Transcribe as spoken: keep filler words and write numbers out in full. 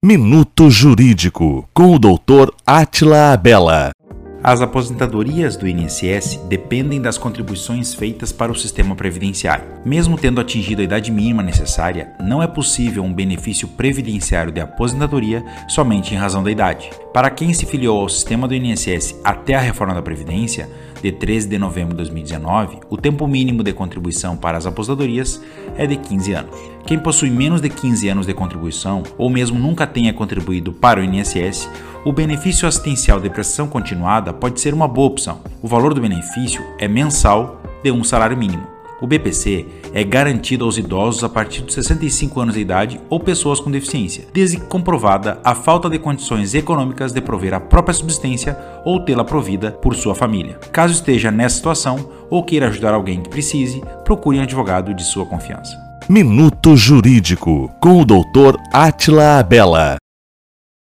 Minuto Jurídico, com o doutor Átila Abela. As aposentadorias do I N S S dependem das contribuições feitas para o sistema previdenciário. Mesmo tendo atingido a idade mínima necessária, não é possível um benefício previdenciário de aposentadoria somente em razão da idade. Para quem se filiou ao sistema do I N S S até a reforma da Previdência, de treze de novembro de dois mil e dezenove, o tempo mínimo de contribuição para as aposentadorias é de quinze anos. Quem possui menos de quinze anos de contribuição, ou mesmo nunca tenha contribuído para o I N S S, o benefício assistencial de prestação continuada pode ser uma boa opção. O valor do benefício é mensal de um salário mínimo. O B P C é garantido aos idosos a partir dos sessenta e cinco anos de idade ou pessoas com deficiência, desde que comprovada a falta de condições econômicas de prover a própria subsistência ou tê-la provida por sua família. Caso esteja nessa situação ou queira ajudar alguém que precise, procure um advogado de sua confiança. Minuto Jurídico, com o doutor Átila Abela.